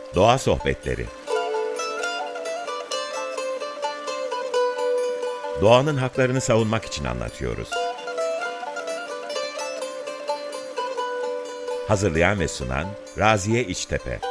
Doğa Sohbetleri. Doğanın haklarını savunmak için anlatıyoruz. Hazırlayan ve sunan Raziye İçtepe.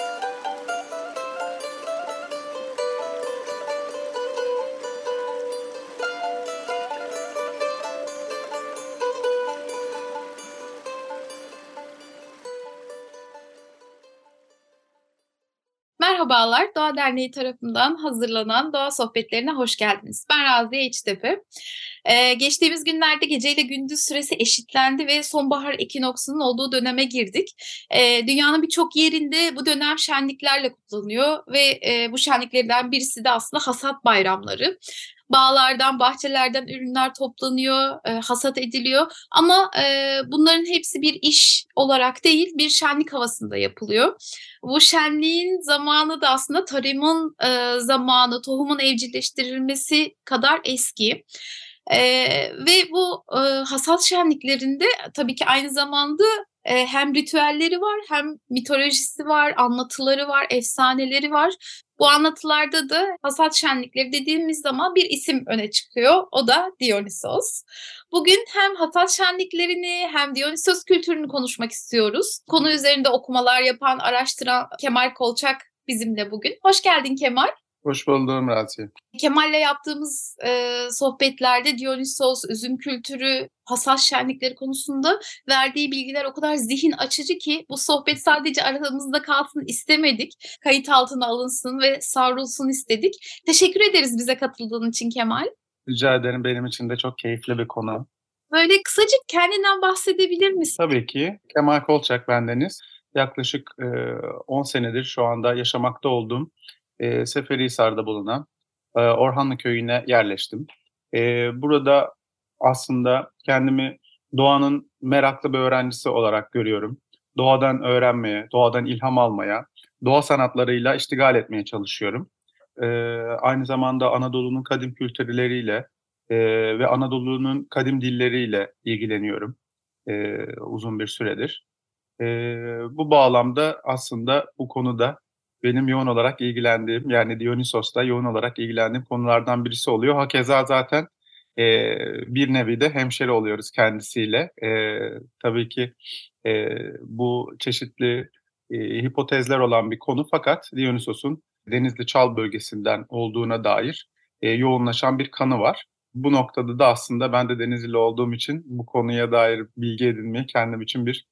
Merhabalar, Doğa Derneği tarafından hazırlanan Doğa Sohbetlerine hoş geldiniz. Ben Raziye İçtepe. Geçtiğimiz günlerde geceyle gündüz süresi eşitlendi ve sonbahar ekinoksunun olduğu döneme girdik. Dünyanın birçok yerinde bu dönem şenliklerle kutlanıyor ve bu şenliklerden birisi de aslında hasat bayramları. Bağlardan, bahçelerden ürünler toplanıyor, hasat ediliyor. Ama bunların hepsi bir iş olarak değil, bir şenlik havasında yapılıyor. Bu şenliğin zamanı da aslında tarımın zamanı, tohumun evcilleştirilmesi kadar eski. Ve bu hasat şenliklerinde tabii ki aynı zamanda hem ritüelleri var, hem mitolojisi var, anlatıları var, efsaneleri var. Bu anlatılarda da hasat şenlikleri dediğimiz zaman bir isim öne çıkıyor. O da Dionysos. Bugün hem hasat şenliklerini hem Dionysos kültürünü konuşmak istiyoruz. Konu üzerinde okumalar yapan, araştıran Kemal Kolçak bizimle bugün. Hoş geldin Kemal. Hoş buldum Razi. Kemal'le yaptığımız sohbetlerde Dionysos, üzüm kültürü, hasat şenlikleri konusunda verdiği bilgiler o kadar zihin açıcı ki bu sohbet sadece aramızda kalsın istemedik. Kayıt altına alınsın ve savrulsun istedik. Teşekkür ederiz bize katıldığın için Kemal. Rica ederim, benim için de çok keyifli bir konu. Böyle kısacık kendinden bahsedebilir misin? Tabii ki. Kemal Kolçak bendeniz. Yaklaşık 10 senedir şu anda yaşamakta olduğum Seferihisar'da bulunan Orhanlı Köyü'ne yerleştim. Burada aslında kendimi doğanın meraklı bir öğrencisi olarak görüyorum. Doğadan öğrenmeye, doğadan ilham almaya, doğa sanatlarıyla iştigal etmeye çalışıyorum. Ee, Aynı zamanda Anadolu'nun kadim kültürleriyle ve Anadolu'nun kadim dilleriyle ilgileniyorum uzun bir süredir. Bu bağlamda aslında bu konuda benim yoğun olarak ilgilendiğim, yani Dionysos'ta yoğun olarak ilgilendiğim konulardan birisi oluyor. Hakeza zaten e, bir nevi de hemşeri oluyoruz kendisiyle. Tabii ki bu çeşitli hipotezler olan bir konu, fakat Dionysos'un Denizli Çal bölgesinden olduğuna dair yoğunlaşan bir kanı var. Bu noktada da aslında ben de Denizli olduğum için bu konuya dair bilgi edinmeyi kendim için bir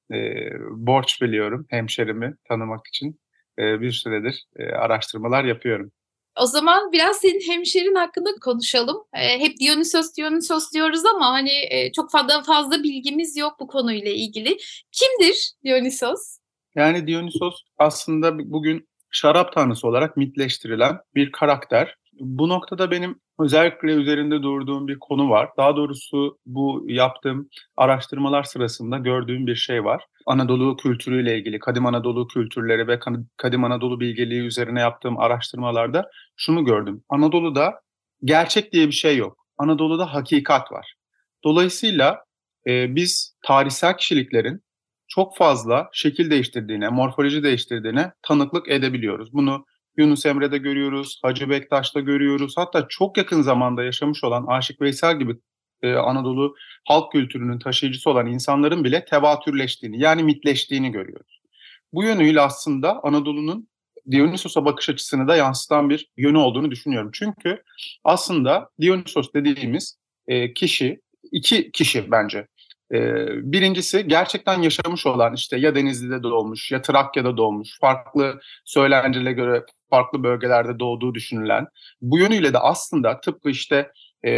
borç biliyorum, hemşerimi tanımak için. Bir süredir araştırmalar yapıyorum. O zaman biraz senin hemşerin hakkında konuşalım. Hep Dionysos Dionysos diyoruz ama hani çok fazla bilgimiz yok bu konuyla ilgili. Kimdir Dionysos? Yani Dionysos aslında bugün şarap tanrısı olarak mitleştirilen bir karakter. Bu noktada benim özellikle üzerinde durduğum bir konu var. Daha doğrusu bu yaptığım araştırmalar sırasında gördüğüm bir şey var. Anadolu kültürüyle ilgili, kadim Anadolu kültürleri ve kadim Anadolu bilgeliği üzerine yaptığım araştırmalarda şunu gördüm. Anadolu'da gerçek diye bir şey yok. Anadolu'da hakikat var. Dolayısıyla biz tarihsel kişiliklerin çok fazla şekil değiştirdiğine, morfoloji değiştirdiğine tanıklık edebiliyoruz. Bunu Yunus Emre'de görüyoruz, Hacı Bektaş'ta görüyoruz. Hatta çok yakın zamanda yaşamış olan Aşık Veysel gibi Anadolu halk kültürünün taşıyıcısı olan insanların bile tevatürleştiğini, yani mitleştiğini görüyoruz. Bu yönüyle aslında Anadolu'nun Dionysos'a bakış açısını da yansıtan bir yönü olduğunu düşünüyorum. Çünkü aslında Dionysos dediğimiz kişi, iki kişi bence. Birincisi gerçekten yaşamış olan, işte ya Denizli'de doğmuş ya Trakya'da doğmuş, farklı söylencelere göre farklı bölgelerde doğduğu düşünülen. Bu yönüyle de aslında tıpkı işte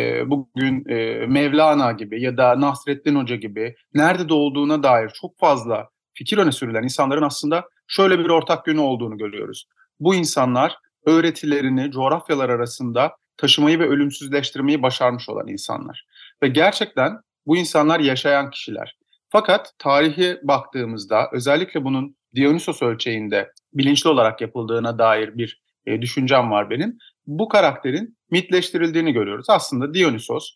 bugün Mevlana gibi ya da Nasrettin Hoca gibi nerede doğduğuna dair çok fazla fikir öne sürülen insanların aslında şöyle bir ortak yönü olduğunu görüyoruz. Bu insanlar öğretilerini coğrafyalar arasında taşımayı ve ölümsüzleştirmeyi başarmış olan insanlar. Ve gerçekten bu insanlar yaşayan kişiler. Fakat tarihe baktığımızda, özellikle bunun Dionysos ölçeğinde bilinçli olarak yapıldığına dair bir düşüncem var benim. Bu karakterin mitleştirildiğini görüyoruz. Aslında Dionysos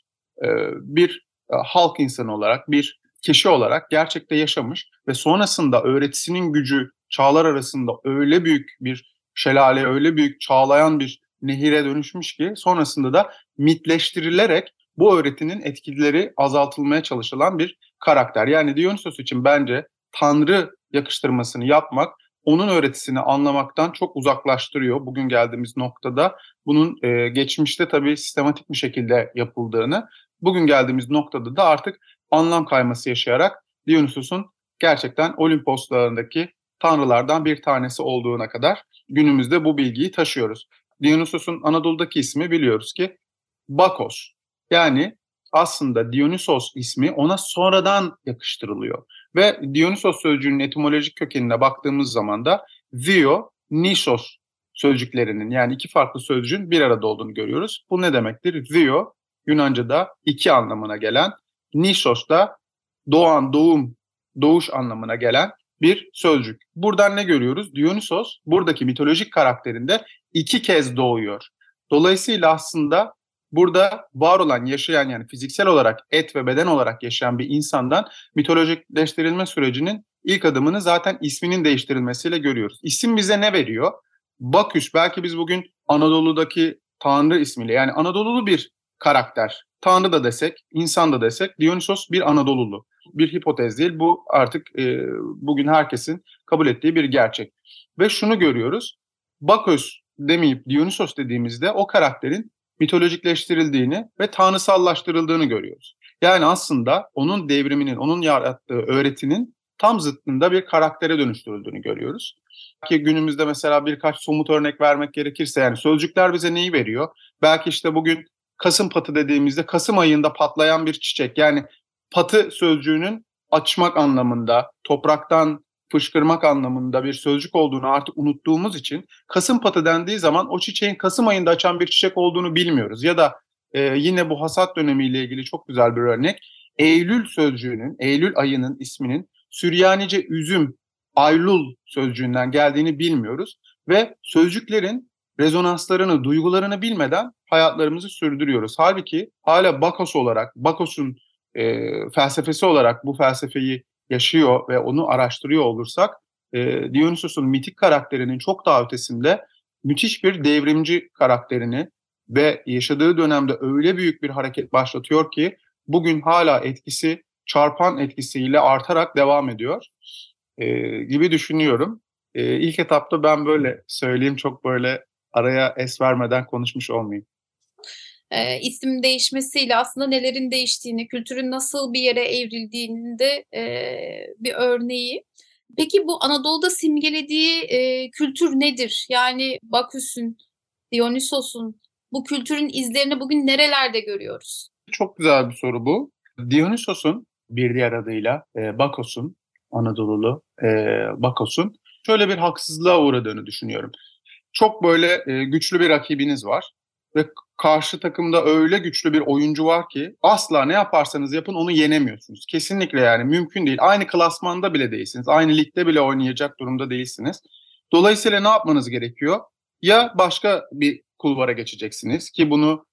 bir halk insanı olarak, bir kişi olarak gerçekte yaşamış ve sonrasında öğretisinin gücü çağlar arasında öyle büyük bir şelale, öyle büyük çağlayan bir nehire dönüşmüş ki sonrasında da mitleştirilerek bu öğretinin etkileri azaltılmaya çalışılan bir karakter. Yani Dionysos için bence Tanrı yakıştırmasını yapmak onun öğretisini anlamaktan çok uzaklaştırıyor bugün geldiğimiz noktada. Bunun geçmişte tabii sistematik bir şekilde yapıldığını, bugün geldiğimiz noktada da artık anlam kayması yaşayarak Dionysos'un gerçekten Olimpos dağındaki tanrılardan bir tanesi olduğuna kadar günümüzde bu bilgiyi taşıyoruz. Dionysos'un Anadolu'daki ismi biliyoruz ki Bakos. Yani aslında Dionysos ismi ona sonradan yakıştırılıyor. Ve Dionysos sözcüğünün etimolojik kökenine baktığımız zaman da Dio-Nisos sözcüklerinin yani iki farklı sözcüğün bir arada olduğunu görüyoruz. Bu ne demektir? Dio Yunanca'da iki anlamına gelen, Nisos da doğan, doğum, doğuş anlamına gelen bir sözcük. Buradan ne görüyoruz? Dionysos buradaki mitolojik karakterinde iki kez doğuyor. Dolayısıyla aslında burada var olan, yaşayan yani fiziksel olarak et ve beden olarak yaşayan bir insandan mitolojikleştirilme sürecinin ilk adımını zaten isminin değiştirilmesiyle görüyoruz. İsim bize ne veriyor? Baküs, belki biz bugün Anadolu'daki Tanrı ismiyle yani Anadolulu bir karakter. Tanrı da desek, insan da desek Dionysos bir Anadolulu. Bir hipotez değil. Bu artık bugün herkesin kabul ettiği bir gerçek. Ve şunu görüyoruz. Bakos demeyip Dionysos dediğimizde o karakterin mitolojikleştirildiğini ve tanrısallaştırıldığını görüyoruz. Yani aslında onun devriminin, onun yarattığı öğretinin tam zıttında bir karaktere dönüştürüldüğünü görüyoruz. Ki günümüzde mesela birkaç somut örnek vermek gerekirse yani sözcükler bize neyi veriyor? Belki işte bugün Kasım patı dediğimizde Kasım ayında patlayan bir çiçek. Yani patı sözcüğünün açmak anlamında, topraktan fışkırmak anlamında bir sözcük olduğunu artık unuttuğumuz için Kasım patı dendiği zaman o çiçeğin Kasım ayında açan bir çiçek olduğunu bilmiyoruz. Ya da yine bu hasat dönemiyle ilgili çok güzel bir örnek. Eylül sözcüğünün, Eylül ayının isminin Süryanice üzüm, Aylul sözcüğünden geldiğini bilmiyoruz. Ve sözcüklerin rezonanslarını, duygularını bilmeden hayatlarımızı sürdürüyoruz. Halbuki hala Bakos olarak, Bakos'un felsefesi olarak bu felsefeyi yaşıyor ve onu araştırıyor olursak Dionysos'un mitik karakterinin çok daha ötesinde müthiş bir devrimci karakterini ve yaşadığı dönemde öyle büyük bir hareket başlatıyor ki bugün hala etkisi çarpan etkisiyle artarak devam ediyor gibi düşünüyorum. İlk etapta ben böyle söyleyeyim, çok böyle araya es vermeden konuşmuş olmayayım. İsim değişmesiyle aslında nelerin değiştiğini, kültürün nasıl bir yere evrildiğinin de bir örneği. Peki bu Anadolu'da simgelediği kültür nedir? Yani Baküs'ün, Dionysos'un bu kültürün izlerini bugün nerelerde görüyoruz? Çok güzel bir soru bu. Dionysos'un bir diğer adıyla Bakos'un, Anadolulu Bakos'un şöyle bir haksızlığa uğradığını düşünüyorum. Çok böyle güçlü bir rakibiniz var ve karşı takımda öyle güçlü bir oyuncu var ki asla ne yaparsanız yapın onu yenemiyorsunuz. Kesinlikle yani mümkün değil. Aynı klasmanda bile değilsiniz. Aynı ligde bile oynayacak durumda değilsiniz. Dolayısıyla ne yapmanız gerekiyor? Ya başka bir kulvara geçeceksiniz ki bunu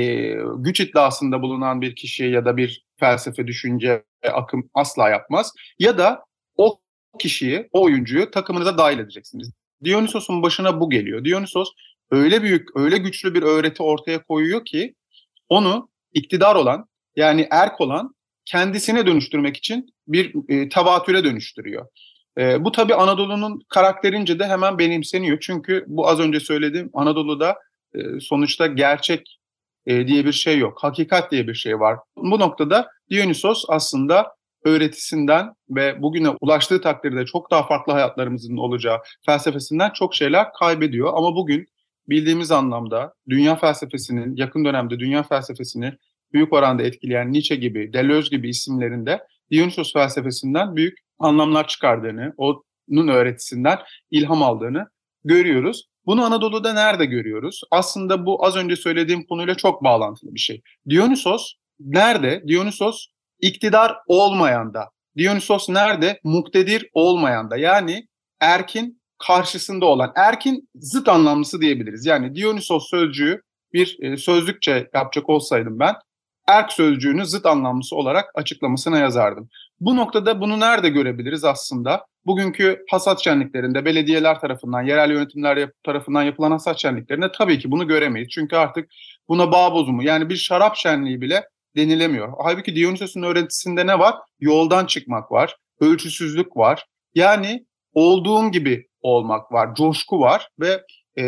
güç iddiasında bulunan bir kişi ya da bir felsefe, düşünce, akım asla yapmaz. Ya da o kişiyi, o oyuncuyu takımınıza dahil edeceksiniz. Dionysos'un başına bu geliyor. Dionysos öyle büyük, öyle güçlü bir öğreti ortaya koyuyor ki onu iktidar olan, yani erk olan kendisine dönüştürmek için bir tevatüre dönüştürüyor. Bu tabii Anadolu'nun karakterince de hemen benimseniyor. Çünkü bu az önce söylediğim Anadolu'da sonuçta gerçek diye bir şey yok. Hakikat diye bir şey var. Bu noktada Dionysos aslında öğretisinden ve bugüne ulaştığı takdirde çok daha farklı hayatlarımızın olacağı felsefesinden çok şeyler kaybediyor. Ama bugün bildiğimiz anlamda dünya felsefesinin, yakın dönemde dünya felsefesini büyük oranda etkileyen Nietzsche gibi, Deleuze gibi isimlerinde Dionysos felsefesinden büyük anlamlar çıkardığını, onun öğretisinden ilham aldığını görüyoruz. Bunu Anadolu'da nerede görüyoruz? Aslında bu az önce söylediğim konuyla çok bağlantılı bir şey. Dionysos nerede? Dionysos iktidar olmayanda. Dionysos nerede? Muktedir olmayanda. Yani erkin karşısında olan, erkin zıt anlamlısı diyebiliriz. Yani Dionysos sözcüğü bir sözlükçe yapacak olsaydım ben, erk sözcüğünü zıt anlamlısı olarak açıklamasına yazardım. Bu noktada bunu nerede görebiliriz aslında? Bugünkü hasat şenliklerinde belediyeler tarafından, yerel yönetimler tarafından yapılan hasat şenliklerinde tabii ki bunu göremeyiz. Çünkü artık buna bağ bozumu, yani bir şarap şenliği bile denilemiyor. Halbuki Dionysos'un öğretisinde ne var? Yoldan çıkmak var, ölçüsüzlük var. Yani olduğum gibi olmak var, coşku var ve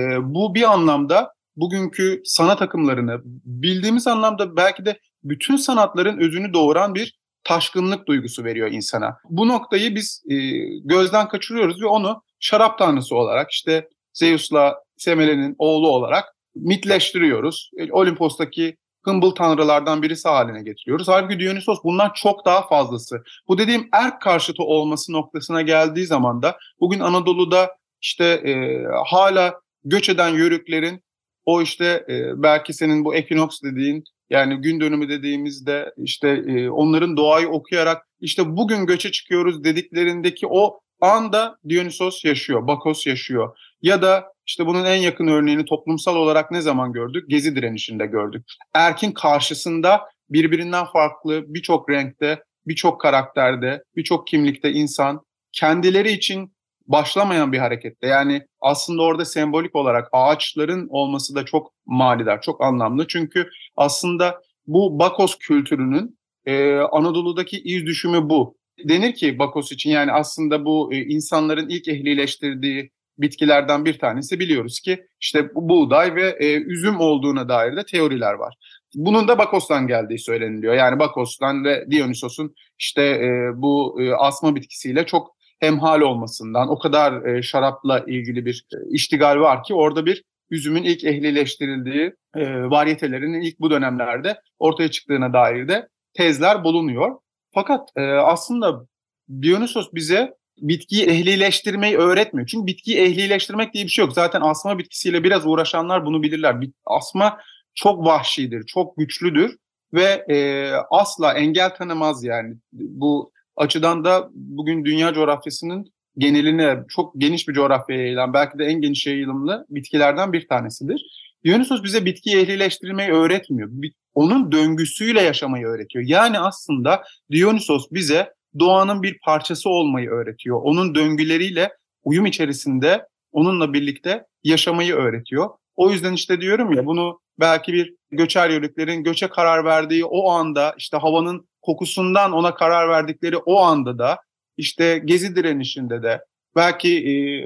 bu bir anlamda bugünkü sanat akımlarını bildiğimiz anlamda belki de bütün sanatların özünü doğuran bir taşkınlık duygusu veriyor insana. Bu noktayı biz gözden kaçırıyoruz ve onu şarap tanrısı olarak, işte Zeus'la Semele'nin oğlu olarak mitleştiriyoruz. Olimpos'taki hımbıl tanrılardan birisi haline getiriyoruz. Halbuki Dionysos bundan çok daha fazlası. Bu dediğim erk karşıtı olması noktasına geldiği zaman da bugün Anadolu'da işte hala göç eden yörüklerin o işte belki senin bu ekinoks dediğin, yani gün dönümü dediğimizde işte onların doğayı okuyarak işte bugün göçe çıkıyoruz dediklerindeki o anda Dionysos yaşıyor, Bakos yaşıyor. Ya da işte bunun en yakın örneğini toplumsal olarak ne zaman gördük? Gezi direnişinde gördük. Erkin karşısında birbirinden farklı birçok renkte, birçok karakterde, birçok kimlikte insan kendileri için başlamayan bir harekette. Yani aslında orada sembolik olarak ağaçların olması da çok manidar, çok anlamlı. Çünkü aslında bu Bakos kültürünün Anadolu'daki iz düşümü bu. Denir ki Bakos için, yani aslında bu insanların ilk ehlileştirdiği bitkilerden bir tanesi, biliyoruz ki işte buğday ve üzüm olduğuna dair de teoriler var. Bunun da Bakos'tan geldiği söyleniliyor. Yani Bakos'tan ve Dionysos'un işte bu asma bitkisiyle çok hemhal olmasından, o kadar şarapla ilgili bir iştigal var ki orada bir üzümün ilk ehlileştirildiği, varyetelerinin ilk bu dönemlerde ortaya çıktığına dair de tezler bulunuyor. Fakat aslında Dionysos bize bitkiyi ehlileştirmeyi öğretmiyor. Çünkü bitkiyi ehlileştirmek diye bir şey yok. Zaten asma bitkisiyle biraz uğraşanlar bunu bilirler. Asma çok vahşidir, çok güçlüdür ve asla engel tanımaz yani. Bu açıdan da bugün dünya coğrafyasının geneline çok geniş bir coğrafyaya yayılan, belki de en geniş yayılımlı bitkilerden bir tanesidir. Dionysos bize bitkiyi ehlileştirmeyi öğretmiyor. Onun döngüsüyle yaşamayı öğretiyor. Yani aslında Dionysos bize doğanın bir parçası olmayı öğretiyor. Onun döngüleriyle uyum içerisinde onunla birlikte yaşamayı öğretiyor. O yüzden işte diyorum ya, bunu belki bir göçer yörüklerin göçe karar verdiği o anda, işte havanın kokusundan ona karar verdikleri o anda da, işte gezi direnişinde de, belki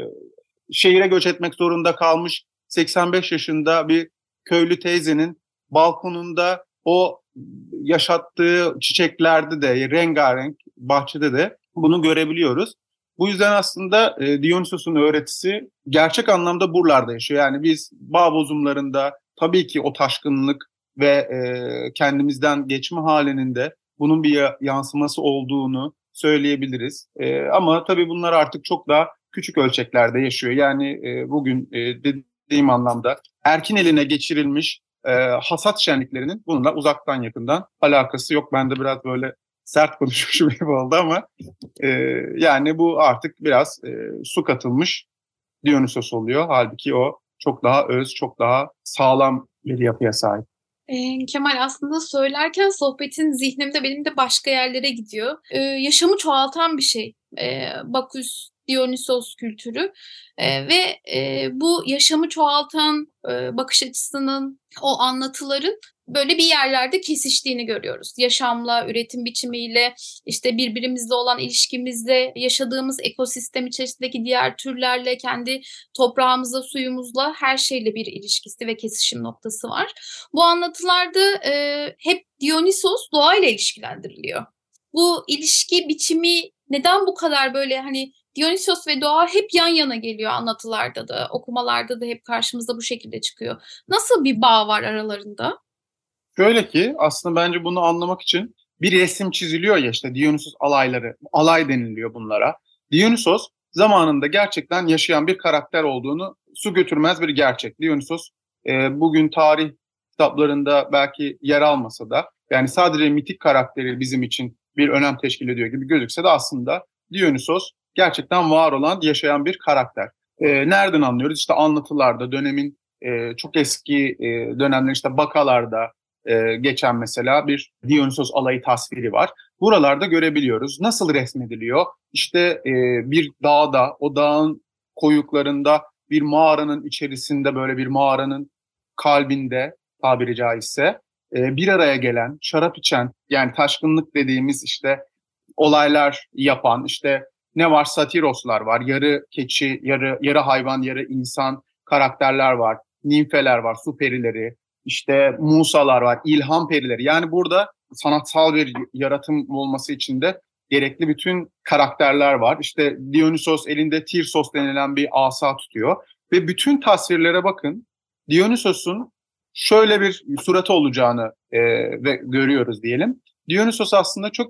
şehire göç etmek zorunda kalmış 85 yaşında bir köylü teyzenin balkonunda o yaşattığı çiçeklerde de, rengarenk bahçede de bunu görebiliyoruz. Bu yüzden aslında Dionysos'un öğretisi gerçek anlamda buralarda yaşıyor. Yani biz bağ bozumlarında tabii ki o taşkınlık ve kendimizden geçme halinin de bunun bir yansıması olduğunu söyleyebiliriz. Ama tabii bunlar artık çok daha küçük ölçeklerde yaşıyor. Yani bugün dediğim anlamda erkin eline geçirilmiş hasat şenliklerinin bununla uzaktan yakından alakası yok. Ben de biraz böyle sert konuşmuşum gibi oldu ama yani bu artık biraz su katılmış Dionysos oluyor. Halbuki o çok daha öz, çok daha sağlam bir yapıya sahip. Kemal, aslında söylerken sohbetin zihnimde benim de başka yerlere gidiyor. Yaşamı çoğaltan bir şey. Baküs, Dionysos kültürü ve bu yaşamı çoğaltan bakış açısının, o anlatıların böyle bir yerlerde kesiştiğini görüyoruz. Yaşamla, üretim biçimiyle, işte birbirimizle olan ilişkimizle, yaşadığımız ekosistem içerisindeki diğer türlerle, kendi toprağımızla, suyumuzla, her şeyle bir ilişkisi ve kesişim noktası var. Bu anlatılarda hep Dionysos doğayla ilişkilendiriliyor. Bu ilişki biçimi neden bu kadar böyle, hani Dionysos ve doğa hep yan yana geliyor anlatılarda da, okumalarda da hep karşımıza bu şekilde çıkıyor. Nasıl bir bağ var aralarında? Şöyle ki, aslında bence bunu anlamak için bir resim çiziliyor ya, işte Dionysos alayları, alay deniliyor bunlara. Dionysos zamanında gerçekten yaşayan bir karakter olduğunu su götürmez bir gerçek. Dionysos bugün tarih kitaplarında belki yer almasa da, yani sadece mitik karakteri bizim için bir önem teşkil ediyor gibi gözükse de aslında Dionysos gerçekten var olan, yaşayan bir karakter. Nereden anlıyoruz? İşte anlatılarda, dönemin çok eski dönemler, işte bakalarda, geçen mesela bir Dionysos alayı tasviri var. Buralarda görebiliyoruz. Nasıl resmediliyor? İşte bir dağda, o dağın koyuklarında bir mağaranın içerisinde, böyle bir mağaranın kalbinde tabiri caizse bir araya gelen, şarap içen, yani taşkınlık dediğimiz işte olaylar yapan, işte ne var? Satiroslar var, yarı keçi, yarı hayvan, yarı insan karakterler var. Nimfeler var, su perileri, işte musalar var, ilham perileri. Yani burada sanatsal bir yaratım olması için de gerekli bütün karakterler var. İşte Dionysos elinde Tirsos denilen bir asa tutuyor. Ve bütün tasvirlere bakın. Dionysos'un şöyle bir suratı olacağını ve görüyoruz diyelim. Dionysos aslında çok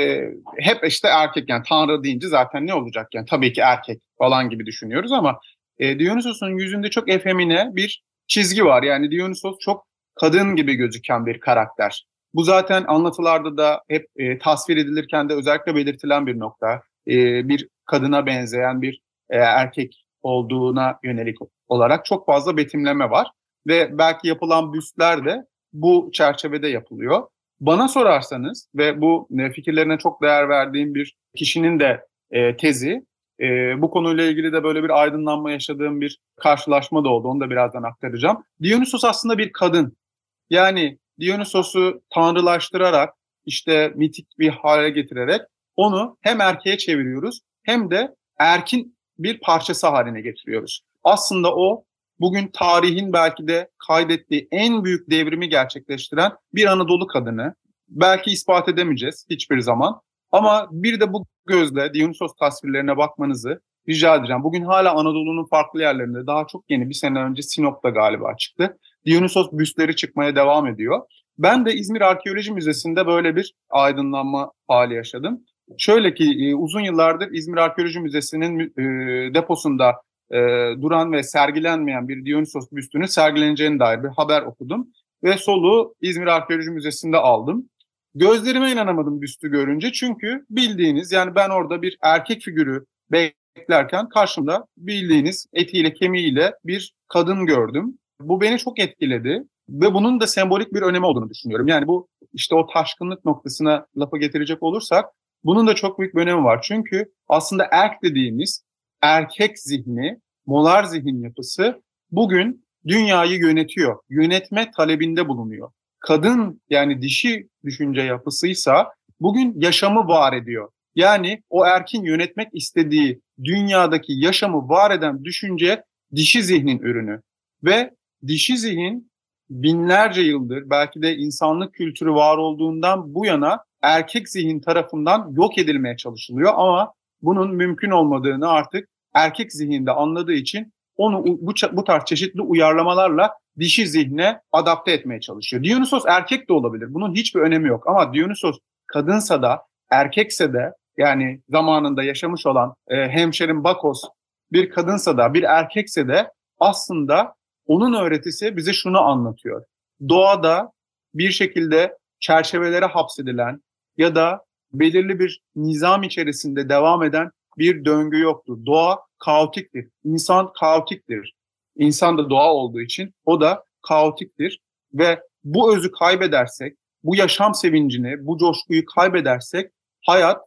hep işte erkek, yani Tanrı deyince zaten ne olacak, yani tabii ki erkek falan gibi düşünüyoruz ama Dionysos'un yüzünde çok efemine bir çizgi var. Yani Dionysos çok kadın gibi gözüken bir karakter. Bu zaten anlatılarda da hep tasvir edilirken de özellikle belirtilen bir nokta. Bir kadına benzeyen bir erkek olduğuna yönelik olarak çok fazla betimleme var. Ve belki yapılan büstler de bu çerçevede yapılıyor. Bana sorarsanız ve bu fikirlerine çok değer verdiğim bir kişinin de tezi, bu konuyla ilgili de böyle bir aydınlanma yaşadığım bir karşılaşma da oldu. Onu da birazdan aktaracağım. Dionysos aslında bir kadın. Yani Dionysos'u tanrılaştırarak, işte mitik bir hale getirerek onu hem erkeğe çeviriyoruz hem de erkin bir parçası haline getiriyoruz. Aslında o bugün tarihin belki de kaydettiği en büyük devrimi gerçekleştiren bir Anadolu kadını. Belki ispat edemeyeceğiz hiçbir zaman. Ama bir de bu gözle Dionysos tasvirlerine bakmanızı rica edeceğim. Bugün hala Anadolu'nun farklı yerlerinde, daha çok yeni, bir sene önce Sinop'ta galiba çıktı, Dionysos büstleri çıkmaya devam ediyor. Ben de İzmir Arkeoloji Müzesi'nde böyle bir aydınlanma hali yaşadım. Şöyle ki uzun yıllardır İzmir Arkeoloji Müzesi'nin deposunda duran ve sergilenmeyen bir Dionysos büstünün sergileneceğine dair bir haber okudum. Ve soluğu İzmir Arkeoloji Müzesi'nde aldım. Gözlerime inanamadım büstü görünce, çünkü bildiğiniz, yani ben orada bir erkek figürü beklerken karşımda bildiğiniz etiyle kemiğiyle bir kadın gördüm. Bu beni çok etkiledi ve bunun da sembolik bir önemi olduğunu düşünüyorum. Yani bu işte o taşkınlık noktasına lafı getirecek olursak bunun da çok büyük bir önemi var. Çünkü aslında erk dediğimiz erkek zihni, molar zihin yapısı bugün dünyayı yönetiyor. Yönetme talebinde bulunuyor. Kadın, yani dişi düşünce yapısıysa bugün yaşamı var ediyor. Yani o erkin yönetmek istediği dünyadaki yaşamı var eden düşünce dişi zihnin ürünü. Ve dişi zihin binlerce yıldır, belki de insanlık kültürü var olduğundan bu yana erkek zihin tarafından yok edilmeye çalışılıyor. Ama bunun mümkün olmadığını artık erkek zihinde anladığı için onu bu tarz çeşitli uyarlamalarla dişi zihne adapte etmeye çalışıyor. Dionysos erkek de olabilir. Bunun hiçbir önemi yok. Ama Dionysos kadınsa da erkekse de, yani zamanında yaşamış olan hemşerim Bakos bir kadınsa da bir erkekse de aslında onun öğretisi bize şunu anlatıyor. Doğada bir şekilde çerçevelere hapsedilen ya da belirli bir nizam içerisinde devam eden bir döngü yoktur. Doğa kaotiktir. İnsan kaotiktir. İnsan da doğa olduğu için o da kaotiktir. Ve bu özü kaybedersek, bu yaşam sevincini, bu coşkuyu kaybedersek hayat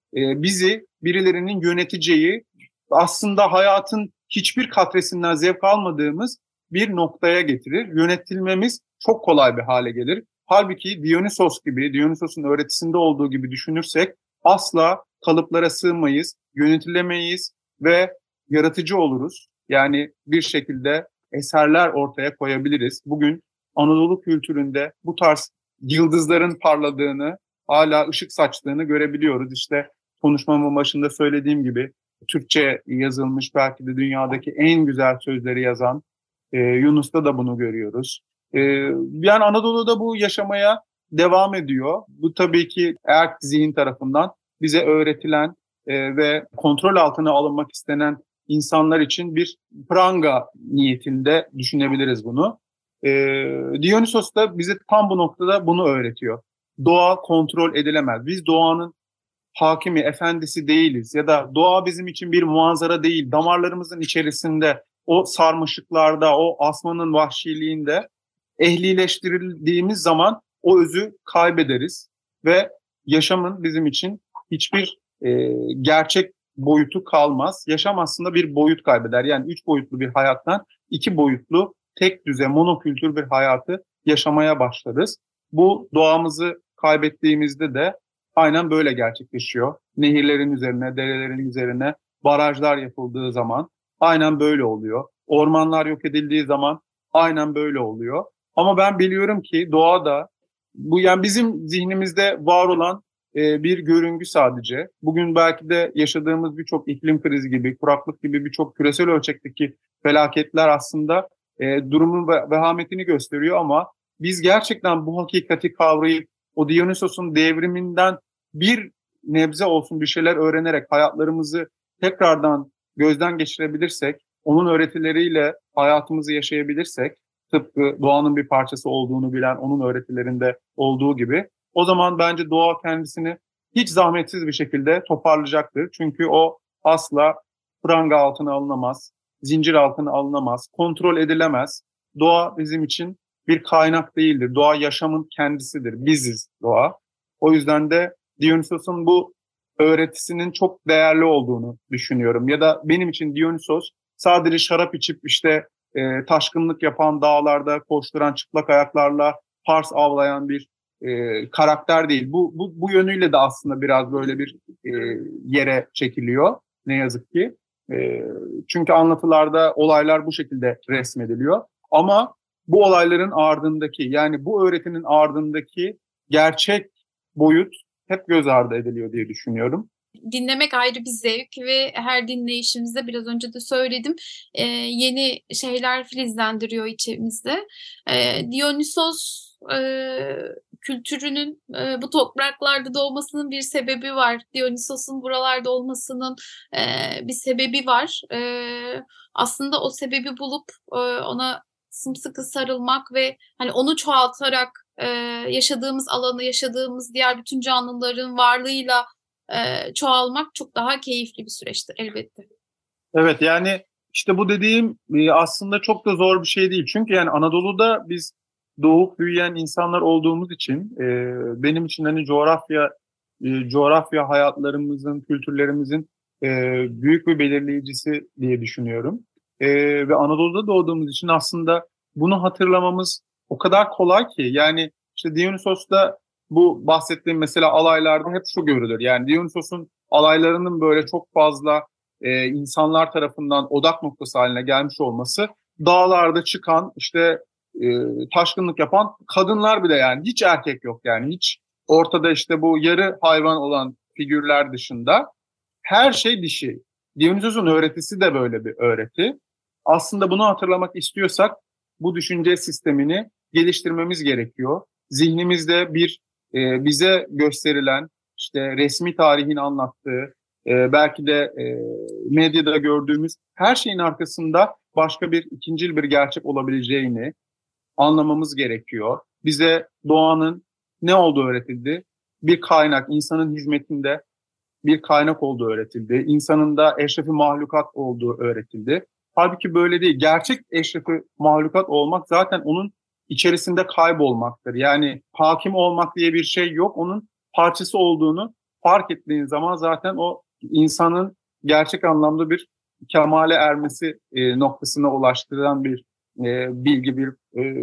bizi birilerinin yöneteceği, aslında hayatın hiçbir katresinden zevk almadığımız bir noktaya getirir. Yönetilmemiz çok kolay bir hale gelir. Halbuki Dionysos gibi, Dionysos'un öğretisinde olduğu gibi düşünürsek asla kalıplara sığmayız, yönetilemeyiz ve yaratıcı oluruz. Yani bir şekilde eserler ortaya koyabiliriz. Bugün Anadolu kültüründe bu tarz yıldızların parladığını, hala ışık saçtığını görebiliyoruz. İşte konuşmamın başında söylediğim gibi Türkçe yazılmış, belki de dünyadaki en güzel sözleri yazan Yunus'ta da bunu görüyoruz. Yani Anadolu'da bu yaşamaya devam ediyor. Bu tabii ki erk zihin tarafından bize öğretilen ve kontrol altına alınmak istenen insanlar için bir pranga niyetinde düşünebiliriz bunu. Dionysos da bize tam bu noktada bunu öğretiyor. Doğa kontrol edilemez. Biz doğanın hakimi, efendisi değiliz ya da doğa bizim için bir manzara değil. Damarlarımızın içerisinde, o sarmaşıklarda, o asmanın vahşiliğinde ehlileştirildiğimiz zaman o özü kaybederiz ve yaşamın bizim için hiçbir gerçek boyutu kalmaz. Yaşam aslında bir boyut kaybeder. Yani 3 boyutlu bir hayattan 2 boyutlu tek düze monokültür bir hayatı yaşamaya başlarız. Bu doğamızı kaybettiğimizde de aynen böyle gerçekleşiyor. Nehirlerin üzerine, derelerin üzerine barajlar yapıldığı zaman aynen böyle oluyor. Ormanlar yok edildiği zaman aynen böyle oluyor. Ama ben biliyorum ki doğada bu, yani bizim zihnimizde var olan bir görüngü sadece. Bugün belki de yaşadığımız birçok iklim krizi gibi, kuraklık gibi birçok küresel ölçekteki felaketler aslında durumun vehametini gösteriyor ama biz gerçekten bu hakikati kavrayıp o Dionysos'un devriminden bir nebze olsun bir şeyler öğrenerek hayatlarımızı tekrardan gözden geçirebilirsek, onun öğretileriyle hayatımızı yaşayabilirsek, tıpkı doğanın bir parçası olduğunu bilen onun öğretilerinde olduğu gibi, o zaman bence doğa kendisini hiç zahmetsiz bir şekilde toparlayacaktır. Çünkü o asla pranga altına alınamaz, zincir altına alınamaz, kontrol edilemez. Doğa bizim için bir kaynak değildir. Doğa yaşamın kendisidir. Biziz doğa. O yüzden de Dionysos'un bu öğretisinin çok değerli olduğunu düşünüyorum. Ya da benim için Dionysos sadece şarap içip işte taşkınlık yapan, dağlarda koşturan, çıplak ayaklarla pars avlayan bir karakter değil. Bu yönüyle de aslında biraz böyle bir yere çekiliyor. Ne yazık ki. Çünkü anlatılarda olaylar bu şekilde resmediliyor. Ama bu olayların ardındaki, yani bu öğretinin ardındaki gerçek boyut hep göz ardı ediliyor diye düşünüyorum. Dinlemek ayrı bir zevk ve her dinleyişimizde biraz önce de söyledim yeni şeyler filizlendiriyor içimizde. Dionysos kültürünün bu topraklarda doğmasının bir sebebi var. Dionysos'un buralarda olmasının bir sebebi var. Aslında o sebebi bulup ona sımsıkı sarılmak ve hani onu çoğaltarak yaşadığımız alanı, yaşadığımız diğer bütün canlıların varlığıyla çoğalmak çok daha keyifli bir süreçtir elbette. Evet, yani işte bu dediğim aslında çok da zor bir şey değil. Çünkü yani Anadolu'da biz doğup büyüyen insanlar olduğumuz için benim için hani coğrafya hayatlarımızın, kültürlerimizin büyük bir belirleyicisi diye düşünüyorum. Ve Anadolu'da doğduğumuz için aslında bunu hatırlamamız o kadar kolay ki. Yani işte Dionysos'ta bu bahsettiğim mesela alaylarda hep şu görülür. Yani Dionysos'un alaylarının böyle çok fazla insanlar tarafından odak noktası haline gelmiş olması, dağlarda çıkan işte taşkınlık yapan kadınlar bile, yani hiç erkek yok, yani hiç ortada işte bu yarı hayvan olan figürler dışında her şey dişi. Dionysos'un öğretisi de böyle bir öğreti. Aslında bunu hatırlamak istiyorsak bu düşünce sistemini geliştirmemiz gerekiyor. Zihnimizde bir bize gösterilen işte resmi tarihin anlattığı belki de medyada gördüğümüz her şeyin arkasında başka bir ikincil bir gerçek olabileceğini anlamamız gerekiyor. Bize doğanın ne olduğu öğretildi? Bir kaynak, insanın hizmetinde bir kaynak olduğu öğretildi. İnsanın da eşrefi mahlukat olduğu öğretildi. Halbuki böyle değil. Gerçek eşrefi mahlukat olmak zaten onun içerisinde kaybolmaktır. Yani hakim olmak diye bir şey yok. Onun parçası olduğunu fark ettiğin zaman zaten o insanın gerçek anlamda bir kemale ermesi noktasına ulaştıran bir bilgi, bir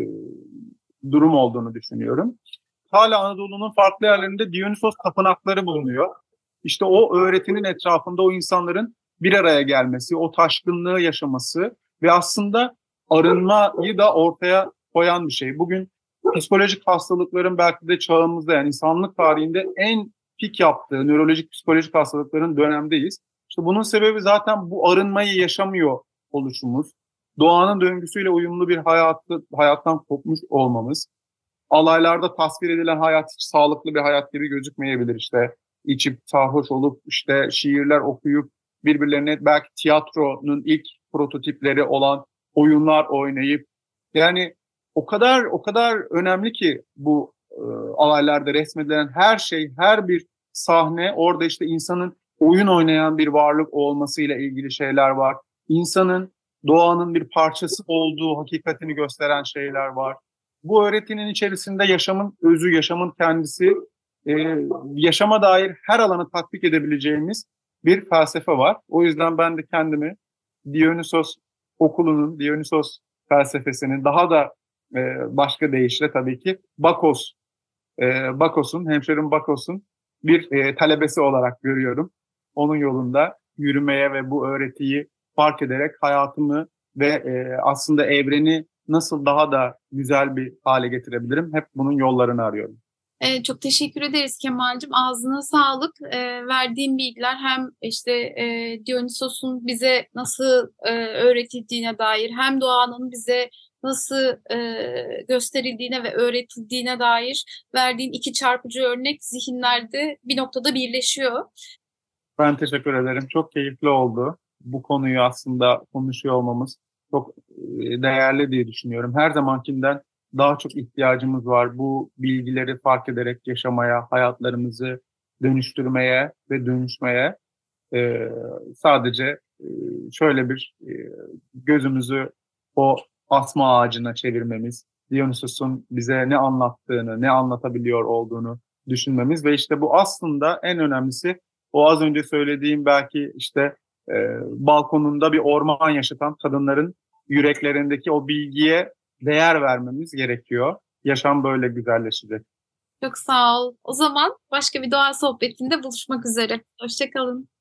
durum olduğunu düşünüyorum. Hala Anadolu'nun farklı yerlerinde Dionysos tapınakları bulunuyor. İşte o öğretinin etrafında o insanların bir araya gelmesi, o taşkınlığı yaşaması ve aslında arınmayı da ortaya koyan bir şey. Bugün psikolojik hastalıkların belki de çağımızda, yani insanlık tarihinde en pik yaptığı nörolojik psikolojik hastalıkların dönemdeyiz. İşte bunun sebebi zaten bu arınmayı yaşamıyor oluşumuz. Doğanın döngüsüyle uyumlu bir hayattan kopmuş olmamız. Alaylarda tasvir edilen hayat hiç sağlıklı bir hayat gibi gözükmeyebilir. İşte içip sarhoş olup işte şiirler okuyup birbirlerine, belki tiyatronun ilk prototipleri olan oyunlar oynayıp, yani o kadar önemli ki bu alaylarda resmedilen her şey, her bir sahne, orada işte insanın oyun oynayan bir varlık olmasıyla ilgili şeyler var. İnsanın doğanın bir parçası olduğu hakikatini gösteren şeyler var. Bu öğretinin içerisinde yaşamın özü, yaşamın kendisi, yaşama dair her alanı tatbik edebileceğimiz bir felsefe var. O yüzden ben de kendimi Dionysos okulunun, Dionysos felsefesinin daha da başka deyişle tabii ki hemşerim Bakos'un bir talebesi olarak görüyorum. Onun yolunda yürümeye ve bu öğretiyi fark ederek hayatımı ve aslında evreni nasıl daha da güzel bir hale getirebilirim? Hep bunun yollarını arıyorum. Çok teşekkür ederiz Kemal'cim. Ağzına sağlık. Verdiğin bilgiler hem işte Dionysos'un bize nasıl öğretildiğine dair hem doğanın bize nasıl gösterildiğine ve öğretildiğine dair verdiğin iki çarpıcı örnek zihinlerde bir noktada birleşiyor. Ben teşekkür ederim. Çok keyifli oldu. Bu konuyu aslında konuşuyor olmamız çok değerli diye düşünüyorum. Her zamankinden daha çok ihtiyacımız var. Bu bilgileri fark ederek yaşamaya, hayatlarımızı dönüştürmeye ve dönüşmeye. Sadece şöyle bir gözümüzü o asma ağacına çevirmemiz, Dionysos'un bize ne anlattığını, ne anlatabiliyor olduğunu düşünmemiz ve işte bu aslında en önemlisi o az önce söylediğim belki işte balkonunda bir orman yaşatan kadınların yüreklerindeki o bilgiye değer vermemiz gerekiyor. Yaşam böyle güzelleşecek. Çok sağ ol. O zaman başka bir doğa sohbetinde buluşmak üzere. Hoşça kalın.